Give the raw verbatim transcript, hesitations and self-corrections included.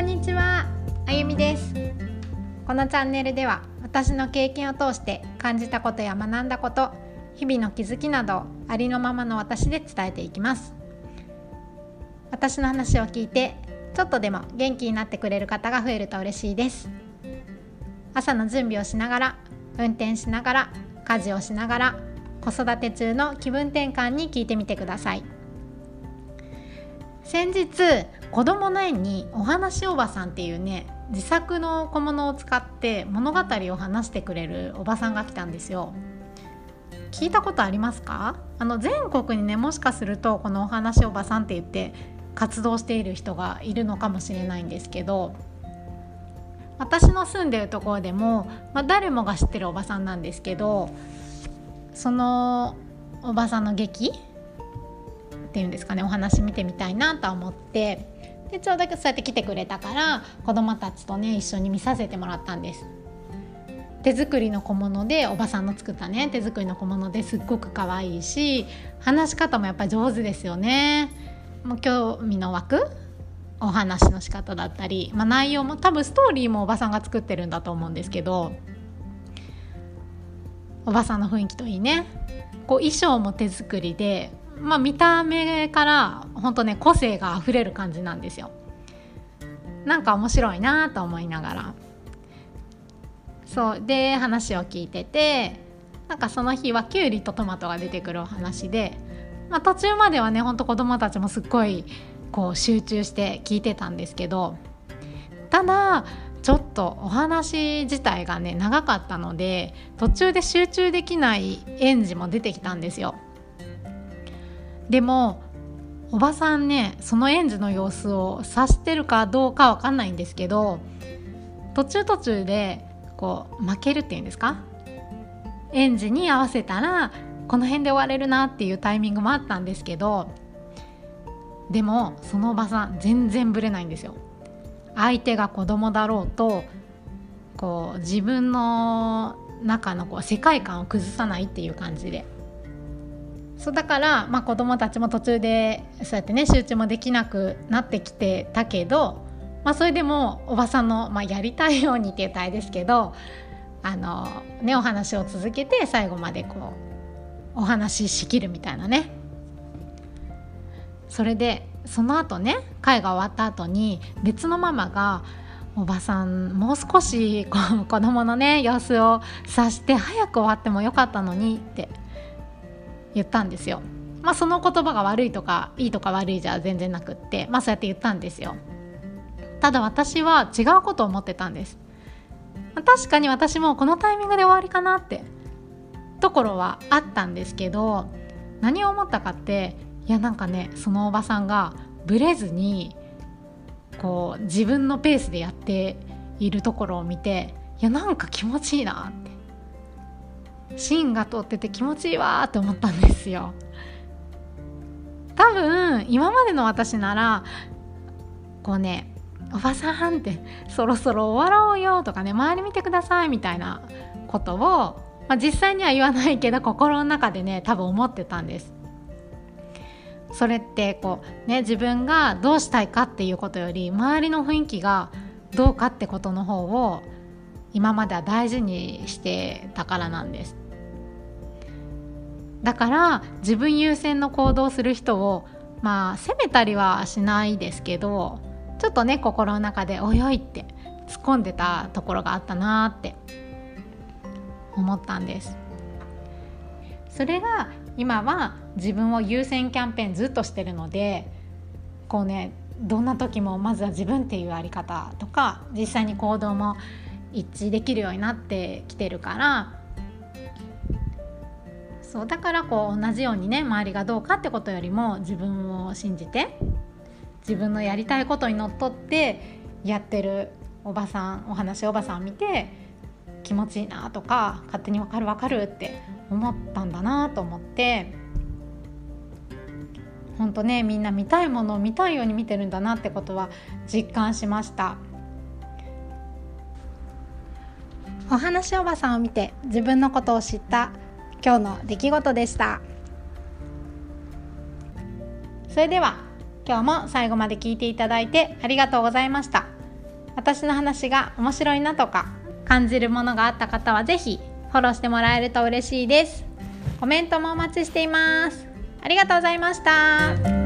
んにちは、あゆみです。このチャンネルでは私の経験を通して感じたことや学んだこと、日々の気づきなどをありのままの私で伝えていきます。私の話を聞いてちょっとでも元気になってくれる方が増えると嬉しいです。朝の準備をしながら、運転しながら、家事をしながら、子育て中の気分転換に聞いてみてください。先日子どもの園にお話おばさんっていうね、自作の小物を使って物語を話してくれるおばさんが来たんですよ。聞いたことありますか？あの全国にね、もしかするとこのお話おばさんって言って活動している人がいるのかもしれないんですけど、私の住んでるところでも、まあ、誰もが知ってるおばさんなんですけど、そのおばさんの劇っていうんですかね、お話見てみたいなと思って、でちょうどそうやって来てくれたから子どもたちとね一緒に見させてもらったんです。手作りの小物で、おばさんの作ったね手作りの小物ですっごく可愛いし、話し方もやっぱり上手ですよね。もう興味の湧くお話の仕方だったり、まあ、内容も多分ストーリーもおばさんが作ってるんだと思うんですけど、おばさんの雰囲気といいね、こう衣装も手作りで、まあ、見た目から本当ね個性があふれる感じなんですよ。なんか面白いなと思いながら、そうで話を聞いてて、なんかその日はキュウリとトマトが出てくるお話で、まあ、途中まではね本当子どもたちもすっごいこう集中して聞いてたんですけど、ただちょっとお話自体がね長かったので、途中で集中できない園児も出てきたんですよ。でもおばさんね、その園児の様子を察してるかどうかわかんないんですけど、途中途中でこう負けるっていうんですか、園児に合わせたらこの辺で終われるなっていうタイミングもあったんですけど、でもそのおばさん全然ブレないんですよ。相手が子供だろうと、こう自分の中のこう世界観を崩さないっていう感じで、そうだから、まあ、子供たちも途中でそうやってね集中もできなくなってきてたけど、まあ、それでもおばさんの、まあ、やりたいようにって言ったらあれですけど、あの、ね、お話を続けて最後までこうお話ししきるみたいなね。それでその後ね、会が終わった後に別のママが、おばさんもう少しこう子供のね様子を察して早く終わってもよかったのにって言ったんですよ。まあその言葉が悪いとかいいとか悪いじゃ全然なくって、まあそうやって言ったんですよ。ただ私は違うことを思ってたんです。確かに私もこのタイミングで終わりかなってところはあったんですけど、何を思ったかって、いやなんかね、そのおばさんがブレずにこう自分のペースでやっているところを見て、いやなんか気持ちいいなって、芯が通ってて気持ちいいわって思ったんですよ。多分今までの私ならこうね、おばさんってそろそろ終わろうよとかね、周り見てくださいみたいなことを、まあ、実際には言わないけど心の中でね多分思ってたんです。それってこうね、自分がどうしたいかっていうことより周りの雰囲気がどうかってことの方を今までは大事にしてたからなんです。だから自分優先の行動をする人をまあ責めたりはしないですけど、ちょっとね心の中でおいおいって突っ込んでたところがあったなって思ったんです。それが今は自分を優先キャンペーンずっとしてるので、こうね、どんな時もまずは自分っていうあり方とか、実際に行動も一致できるようになってきてるから、そうだからこう同じようにね、周りがどうかってことよりも自分を信じて自分のやりたいことにのっとってやってるおばさん、お話おばさんを見て気持ちいいなとか、勝手に分かる分かるって思ったんだなと思って、本当ね、みんな見たいものを見たいように見てるんだなってことは実感しました。お話おばさんを見て自分のことを知った今日の出来事でした。それでは今日も最後まで聞いていただいてありがとうございました。 私の話が面白いなとか感じるものがあった方はぜひフォローしてもらえると嬉しいです。コメントもお待ちしています。ありがとうございました。